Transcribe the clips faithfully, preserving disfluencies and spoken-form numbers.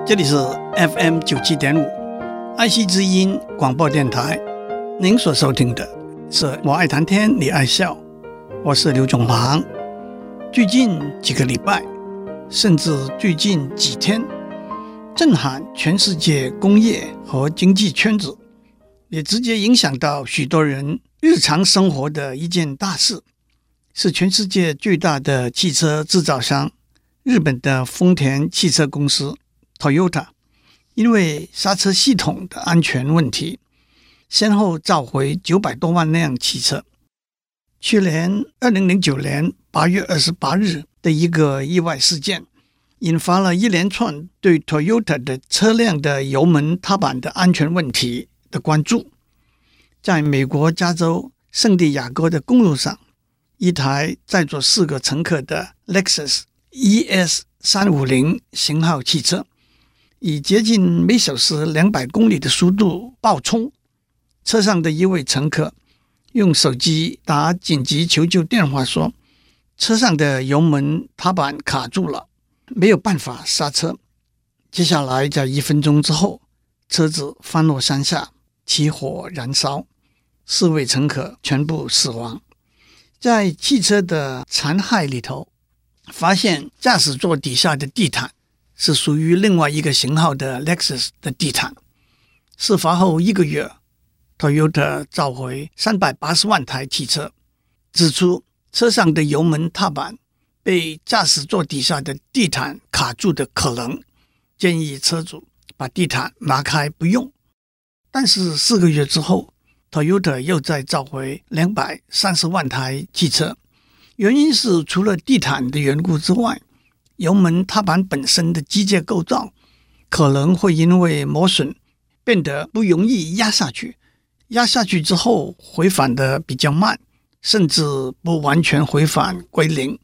这里是 F M 九七点五爱惜之音广播电台，您所收听的是我爱谈天你爱笑，我是刘总郎。最近几个礼拜，甚至最近几天，震撼全世界工业和经济圈子，也直接影响到许多人日常生活的一件大事，是全世界最大的汽车制造商日本的丰田汽车公司 Toyota 因为刹车系统的安全问题，先后召回九百多万辆汽车。去年二零零九年八月二十八日的一个意外事件，引发了一连串对 Toyota 的车辆的油门踏板的安全问题的关注。在美国加州圣地亚哥的公路上，一台载着四个乘客的 Lexus E S 三五零 型号汽车，以接近每小时两百公里的速度爆冲，车上的一位乘客用手机打紧急求救电话说，车上的油门踏板卡住了，没有办法刹车。接下来在一分钟之后，车子翻落山下，起火燃烧，四位乘客全部死亡。在汽车的残骸里头，发现驾驶座底下的地毯是属于另外一个型号的 Lexus 的地毯。事发后一个月， Toyota 召回三百八十万台汽车，指出车上的油门踏板被驾驶座底下的地毯卡住的可能，建议车主把地毯拿开不用。但是四个月之后， Toyota 又再召回两百三十万台汽车，原因是除了地毯的缘故之外，油门踏板本身的机械构造可能会因为磨损变得不容易压下去，压下去之后回返的比较慢，甚至不完全回返归零。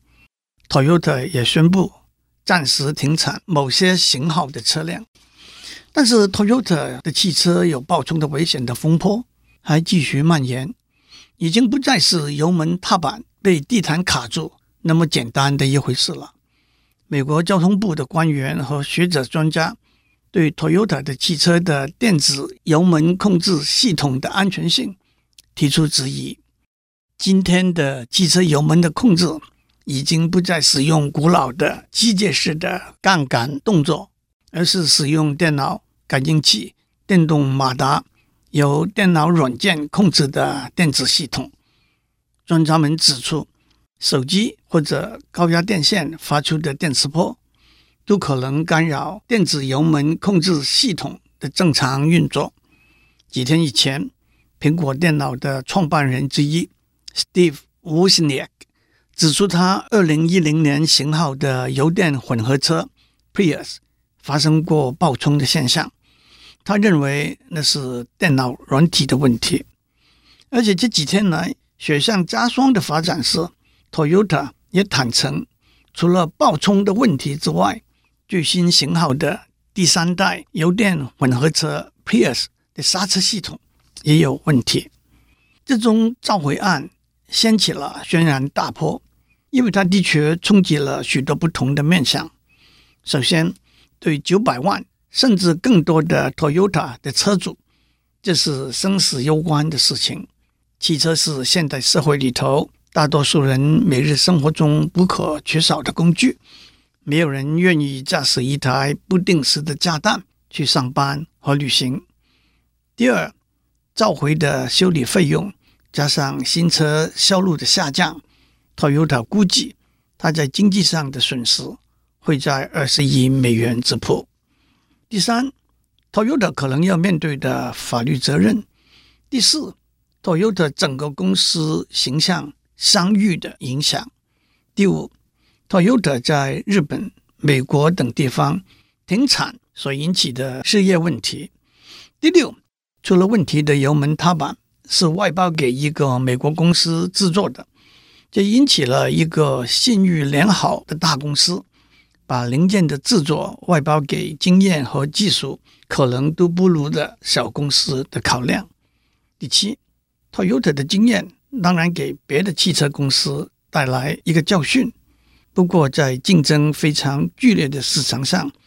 Toyota 也宣布暂时停产某些型号的车辆。但是 Toyota 的汽车有爆冲的危险的风波还继续蔓延，已经不再是油门踏板被地毯卡住那么简单的一回事了。美国交通部的官员和学者专家对 Toyota 的汽车的电子油门控制系统的安全性提出质疑。今天的汽车油门的控制已经不再使用古老的机械式的杠杆动作，而是使用电脑感应器、电动马达、由电脑软件控制的电子系统。专家们指出，手机或者高压电线发出的电磁波都可能干扰电子油门控制系统的正常运作。几天以前，苹果电脑的创办人之一 Steve Wozniak 指出，他二零一零年型号的油电混合车 Prius 发生过爆冲的现象，他认为那是电脑软体的问题。而且这几天来雪上加霜的发展是， Toyota 也坦诚，除了爆冲的问题之外，最新型号的第三代油电混合车 Prius 的刹车系统也有问题。这宗召回案掀起了轩然大波，因为它的确冲击了许多不同的面向。首先，对九百万甚至更多的 Toyota 的车主，这是生死攸关的事情。汽车是现代社会里头大多数人每日生活中不可缺少的工具，没有人愿意驾驶一台不定时的炸弹去上班和旅行。第二，召回的修理费用加上新车销路的下降， Toyota 估计它在经济上的损失会在二十亿美元之谱。第三， Toyota 可能要面对的法律责任。第四， Toyota 整个公司形象商誉的影响。第五， Toyota 在日本、美国等地方停产所引起的事业问题。第六，出了问题的油门踏板是外包给一个美国公司制作的，这引起了一个信誉良好的大公司把零件的制作外包给经验和技术可能都不如的小公司的考量。第七， Toyota 的经验当然给别的汽车公司带来一个教训，不过在竞争非常剧烈的市场上，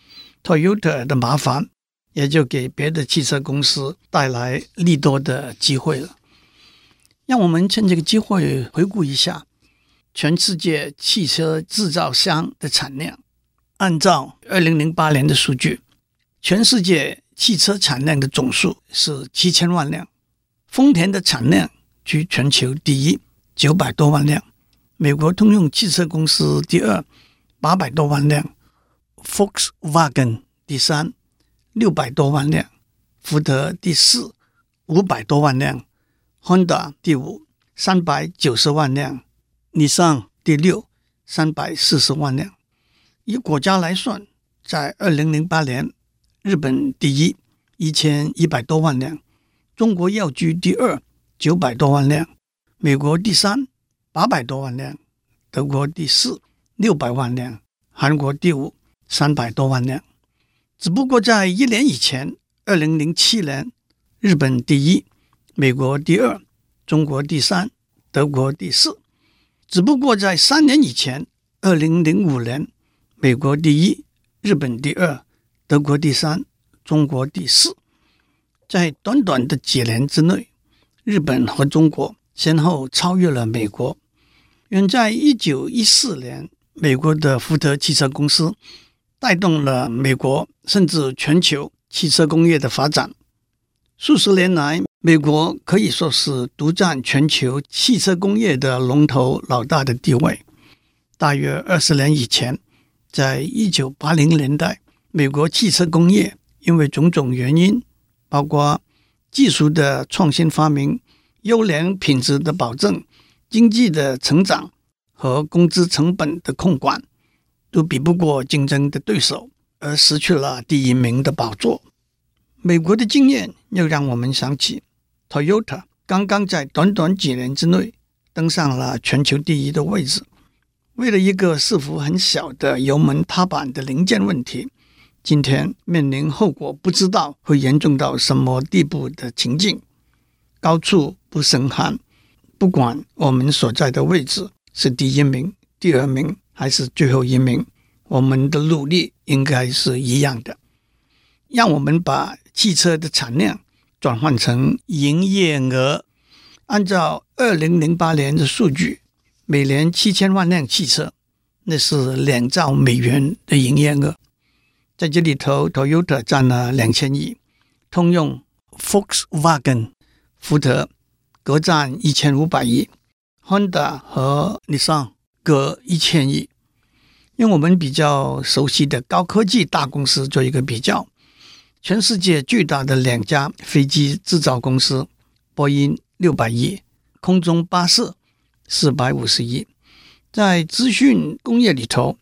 Toyota 的麻烦，也就给别的汽车公司带来利多的机会了。让我们趁这个机会回顾一下全世界汽车制造商的产量。按照二零零八年的数据，全世界汽车产量的总数是七千万辆，丰田的产量居全球第一，九百多万辆，美国通用汽车公司第二，八百多万辆， Volkswagen 第三，六百多万辆，福特第四，五百多万辆， Honda 第五，三百九十万辆，尼桑第六，三百四十万辆。以国家来算，在二零零八年，日本第一，一千一百多万辆，中国要居第二，九百多万辆，美国第三，八百多万辆，德国第四，六百万辆，韩国第五，三百多万辆。只不过在一年以前，二零零七年，日本第一，美国第二，中国第三，德国第四。只不过在三年以前，二零零五年，美国第一，日本第二，德国第三，中国第四。在短短的几年之内，日本和中国先后超越了美国。远在一九一四年，美国的福特汽车公司带动了美国甚至全球汽车工业的发展。数十年来，美国可以说是独占全球汽车工业的龙头老大的地位。大约二十年以前，在一九八零年代，美国汽车工业因为种种原因，包括技术的创新发明、优良品质的保证、经济的成长和工资成本的控管，都比不过竞争的对手，而失去了第一名的宝座。美国的经验又让我们想起 Toyota 刚刚在短短几年之内登上了全球第一的位置。为了一个似乎很小的油门踏板的零件问题，今天面临后果不知道会严重到什么地步的情境。高处不胜寒，不管我们所在的位置是第一名、第二名还是最后一名，我们的努力应该是一样的。让我们把汽车的产量转换成营业额。按照二零零八年的数据，每年七千万辆汽车，那是两兆美元的营业额。在这里头 Toyota 占了两千亿，通用 Volkswagen 福特各占一千五百亿， Honda 和 Nissan 各一千亿。用我们比较熟悉的高科技大公司做一个比较，全世界最大的两家飞机制造公司，波音六百亿，空中巴士四百五十亿。在资讯工业里头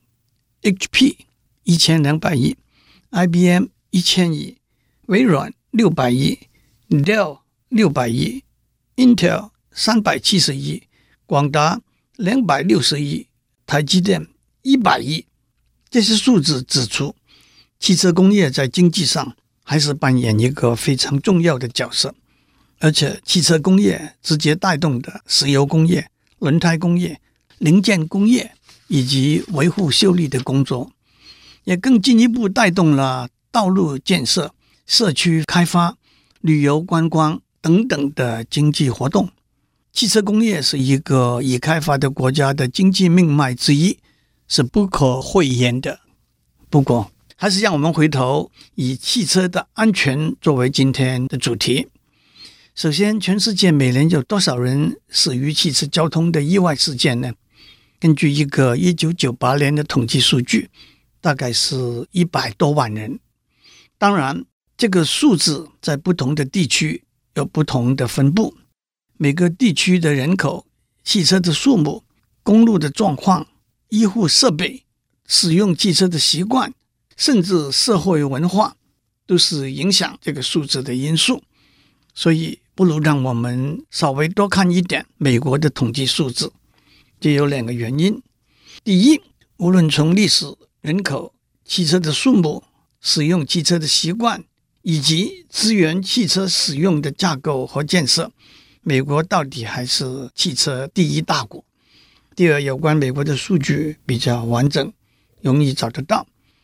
H P 一千两百亿， I B M 一千亿，微软六百亿， Dell 六百亿， Intel 三百七十亿，广达两百六十亿，台积电一百亿。这些数字指出，汽车工业在经济上还是扮演一个非常重要的角色，而且汽车工业直接带动的石油工业、轮胎工业、零件工业以及维护修理的工作，也更进一步带动了道路建设、社区开发、旅游观光等等的经济活动。汽车工业是一个已开发的国家的经济命脉之一，是不可讳言的。不过还是让我们回头以汽车的安全作为今天的主题。首先，全世界每年有多少人死于汽车交通的意外事件呢？根据一个一九九八年的统计数据，大概是一百多万人。当然，这个数字在不同的地区有不同的分布，每个地区的人口、汽车的数目、公路的状况、医护设备、使用汽车的习惯，甚至社会文化，都是影响这个数字的因素。所以不如让我们稍微多看一点美国的统计数字。这有两个原因。第一，无论从历史、人口、汽车的数目、使用汽车的习惯，以及资源汽车使用的架构和建设，美国到底还是汽车第一大国。第二，有关美国的数据比较完整，容易找得到。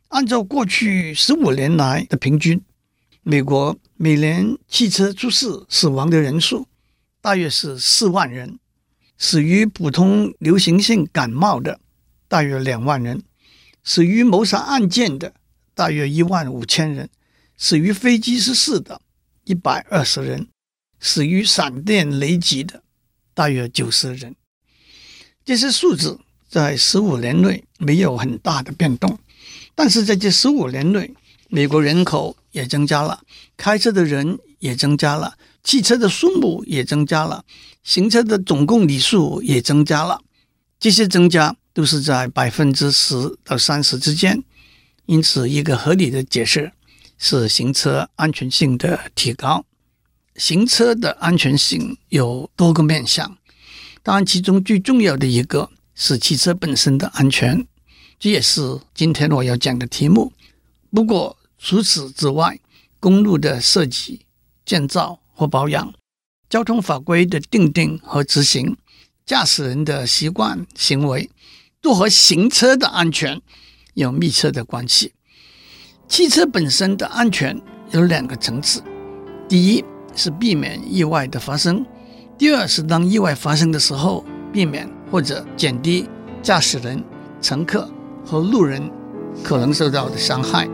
按照过去十五年来的平均，美国每年汽车出事死亡的人数大约是四万人，死于普通流行性感冒的大约两万人，死于谋杀案件的大约一万五千人，死于飞机失事的一百二十人，死于闪电雷击的大约九十人。这些数字在十五年内没有很大的变动，但是在这十五年内，美国人口也增加了，开车的人也增加了，汽车的数目也增加了，行车的总公里数也增加了。这些增加都是在百分之十到三十之间，因此一个合理的解释是行车安全性的提高。行车的安全性有多个面向，当然其中最重要的一个是汽车本身的安全，这也是今天我要讲的题目。不过除此之外，公路的设计、建造或保养、交通法规的订定和执行、驾驶人的习惯行为，都和行车的安全有密切的关系。汽车本身的安全有两个层次，第一是避免意外的发生，第二是当意外发生的时候，避免或者减低驾驶人、乘客和路人可能受到的伤害。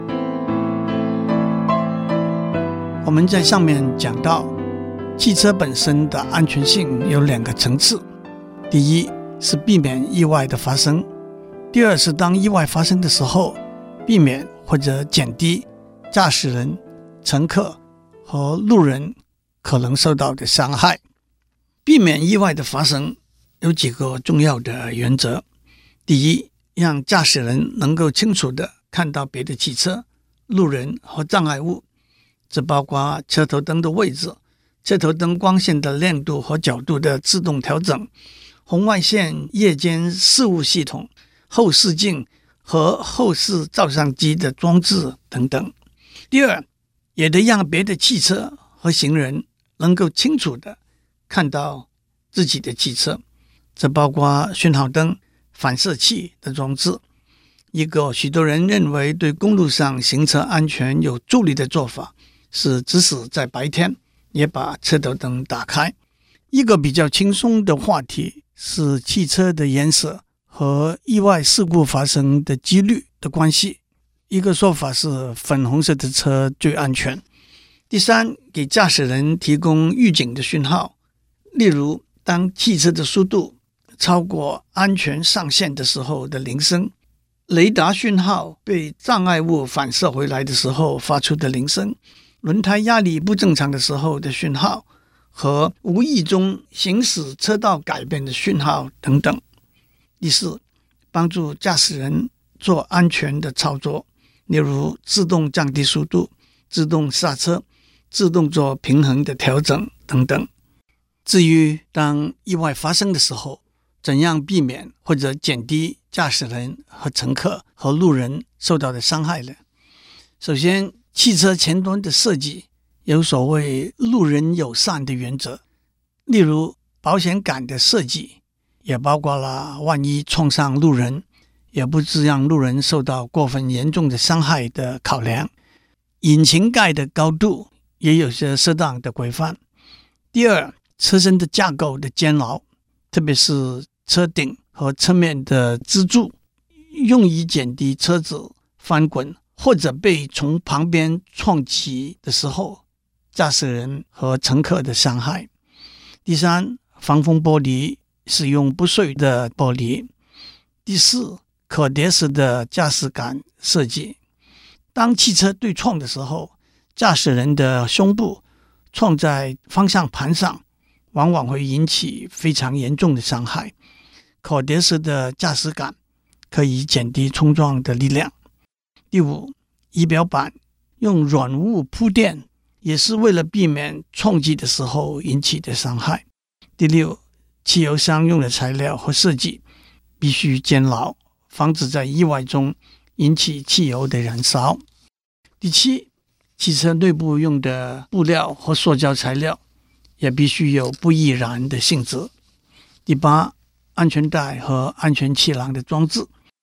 我们在上面讲到，汽车本身的安全性有两个层次，第一是避免意外的发生，第二是当意外发生的时候，避免或者减低驾驶人、乘客和路人可能受到的伤害。避免意外的发生有几个重要的原则。第一，让驾驶人能够清楚地看到别的汽车、路人和障碍物，这包括车头灯的位置、车头灯光线的亮度和角度的自动调整、红外线夜间视物系统、后视镜和后视照相机的装置等等。第二，也得让别的汽车和行人能够清楚地看到自己的汽车，这包括讯号灯、反射器的装置。一个许多人认为对公路上行车安全有助力的做法是即使在白天也把车头灯打开。一个比较轻松的话题是汽车的颜色和意外事故发生的几率的关系。一个说法是粉红色的车最安全。第三，给驾驶人提供预警的讯号，例如当汽车的速度超过安全上限的时候的铃声，雷达讯号被障碍物反射回来的时候发出的铃声，轮胎压力不正常的时候的讯号，和无意中行驶车道改变的讯号等等。第四，帮助驾驶人做安全的操作，例如自动降低速度、自动刹车、自动做平衡的调整等等。至于当意外发生的时候，怎样避免或者减低驾驶人和乘客和路人受到的伤害呢？首先，汽车前端的设计有所谓路人友善的原则，例如保险杆的设计，也包括了万一撞上路人，也不致让路人受到过分严重的伤害的考量。引擎盖的高度也有些适当的规范。第二，车身的架构的监牢，特别是车顶和侧面的支柱，用以减低车子翻滚或者被从旁边撞击的时候驾驶人和乘客的伤害。第三，防风玻璃使用不碎的玻璃。第四，可叠式的驾驶杆设计，当汽车对撞的时候，驾驶人的胸部撞在方向盘上，往往会引起非常严重的伤害。可叠式的驾驶杆可以减低冲撞的力量。第五，仪表板用软物铺垫，也是为了避免冲击的时候引起的伤害。第六，汽油箱用的材料和设计必须坚牢，防止在意外中引起汽油的燃烧。第七，汽车内部用的布料和塑胶材料也必须有不易燃的性质。第八，安全带和安全气囊的装置。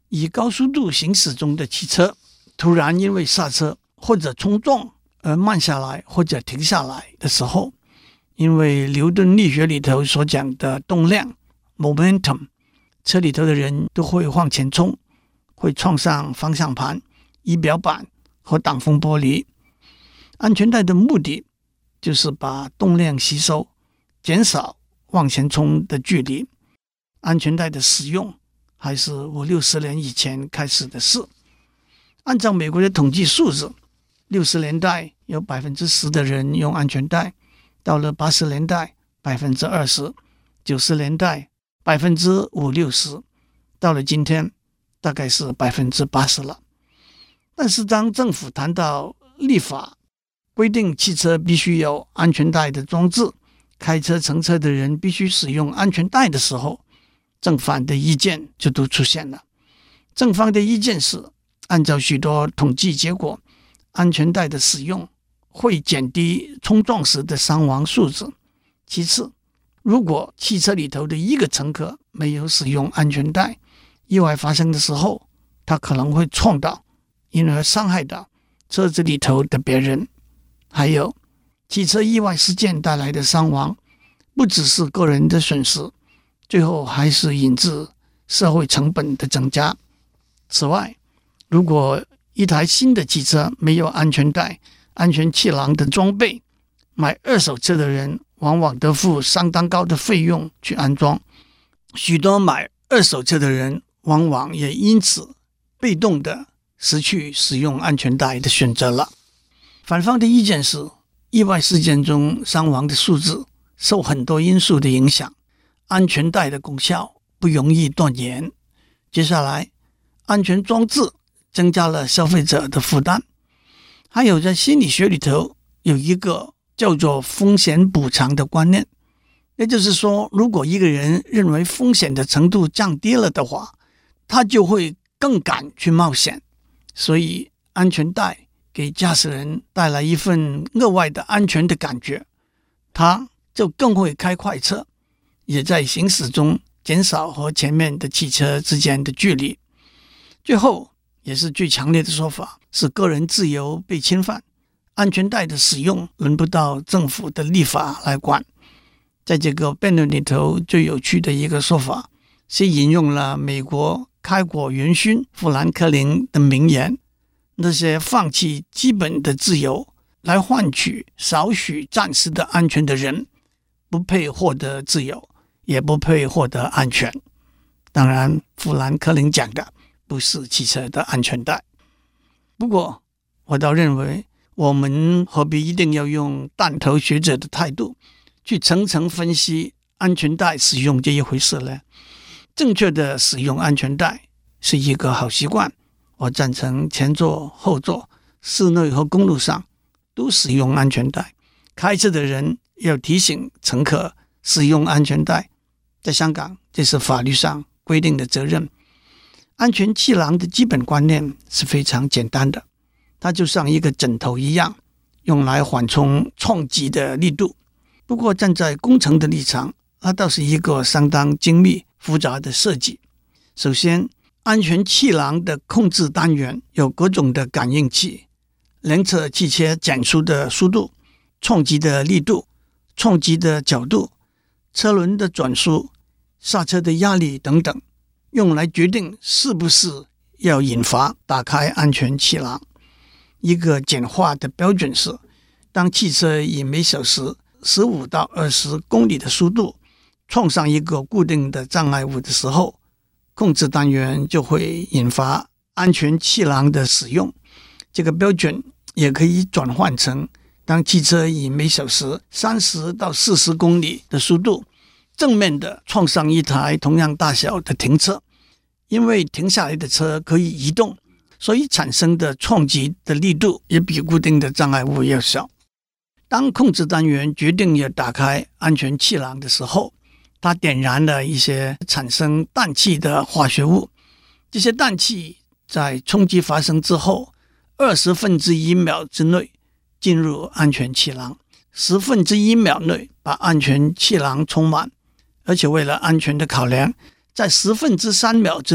以高速度行驶中的汽车突然因为刹车或者冲撞而慢下来或者停下来的时候，因为牛顿力学里头所讲的动量 momentum， 车里头的人都会往前冲，会撞上方向盘、仪表板和挡风玻璃。安全带的目的就是把动量吸收，减少往前冲的距离。安全带的使用还是五六十年以前开始的事。按照美国的统计数字，六十年代有百分之十的人用安全带，到了八十年代百分之二十，九十年代百分之五六十，到了今天大概是百分之八十了。但是当政府谈到立法规定汽车必须有安全带的装置，开车乘车的人必须使用安全带的时候，正反的意见就都出现了。正方的意见是，按照许多统计结果，安全带的使用会减低冲撞时的伤亡数字。其次，如果汽车里头的一个乘客没有使用安全带，意外发生的时候，他可能会撞到，因而伤害到车子里头的别人。还有，汽车意外事件带来的伤亡不只是个人的损失，最后还是引致社会成本的增加。此外，如果一台新的汽车没有安全带、安全气囊的装备，买二手车的人往往得付相当高的费用去安装。许多买二手车的人往往也因此被动的失去使用安全带的选择了。反方的意见是，意外事件中伤亡的数字受很多因素的影响，安全带的功效不容易断言。接下来，安全装置增加了消费者的负担。还有在心理学里头有一个叫做风险补偿的观念，也就是说，如果一个人认为风险的程度降低了的话，他就会更敢去冒险。所以安全带给驾驶人带来一份额外的安全的感觉，他就更会开快车，也在行驶中减少和前面的汽车之间的距离。最后也是最强烈的说法是个人自由被侵犯，安全带的使用轮不到政府的立法来管。在这个辩论里头，最有趣的一个说法是引用了美国开国元勋富兰克林的名言，那些放弃基本的自由来换取少许暂时的安全的人，不配获得自由，也不配获得安全。当然，富兰克林讲的不是汽车的安全带。不过，我倒认为我们何必一定要用弹头学者的态度去层层分析安全带使用这一回事呢？正确的使用安全带是一个好习惯，我赞成前座后座室内和公路上都使用安全带。开车的人要提醒乘客使用安全带，在香港这是法律上规定的责任。安全气囊的基本观念是非常简单的，它就像一个枕头一样，用来缓冲冲击的力度。不过站在工程的立场，它倒是一个相当精密复杂的设计。首先，安全气囊的控制单元有各种的感应器，量测汽车减速的速度、冲击的力度、冲击的角度、车轮的转速、刹车的压力等等，用来决定是不是要引发打开安全气囊。一个简化的标准是，当汽车以每小时十五到二十公里的速度撞上一个固定的障碍物的时候，控制单元就会引发安全气囊的使用。这个标准也可以转换成，当汽车以每小时三十到四十公里的速度正面的撞上一台同样大小的停车，因为停下来的车可以移动，所以产生的冲击的力度也比固定的障碍物要小。当控制单元决定要打开安全气囊的时候，它点燃了一些产生氮气的化学物，这些氮气在冲击发生之后二十分之一秒之内进入安全气囊，十分之一秒内把安全气囊充满，而且为了安全的考量，在十分之三秒之内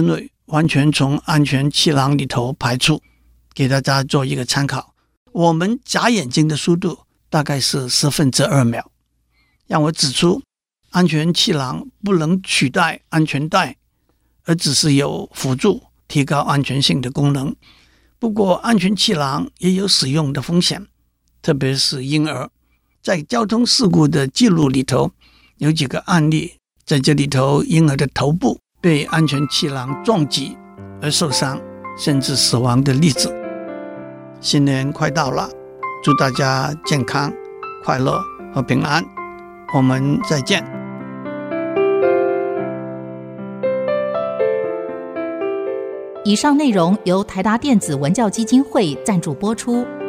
完全从安全气囊里头排出，给大家做一个参考。我们眨眼睛的速度大概是十分之二秒。让我指出，安全气囊不能取代安全带，而只是有辅助提高安全性的功能。不过安全气囊也有使用的风险，特别是婴儿。在交通事故的记录里头，有几个案例，在这里头婴儿的头部被安全气囊撞击而受伤甚至死亡的例子。新年快到了，祝大家健康快乐和平安，我们再见。 以上内容由台达电子文教基金会赞助播出。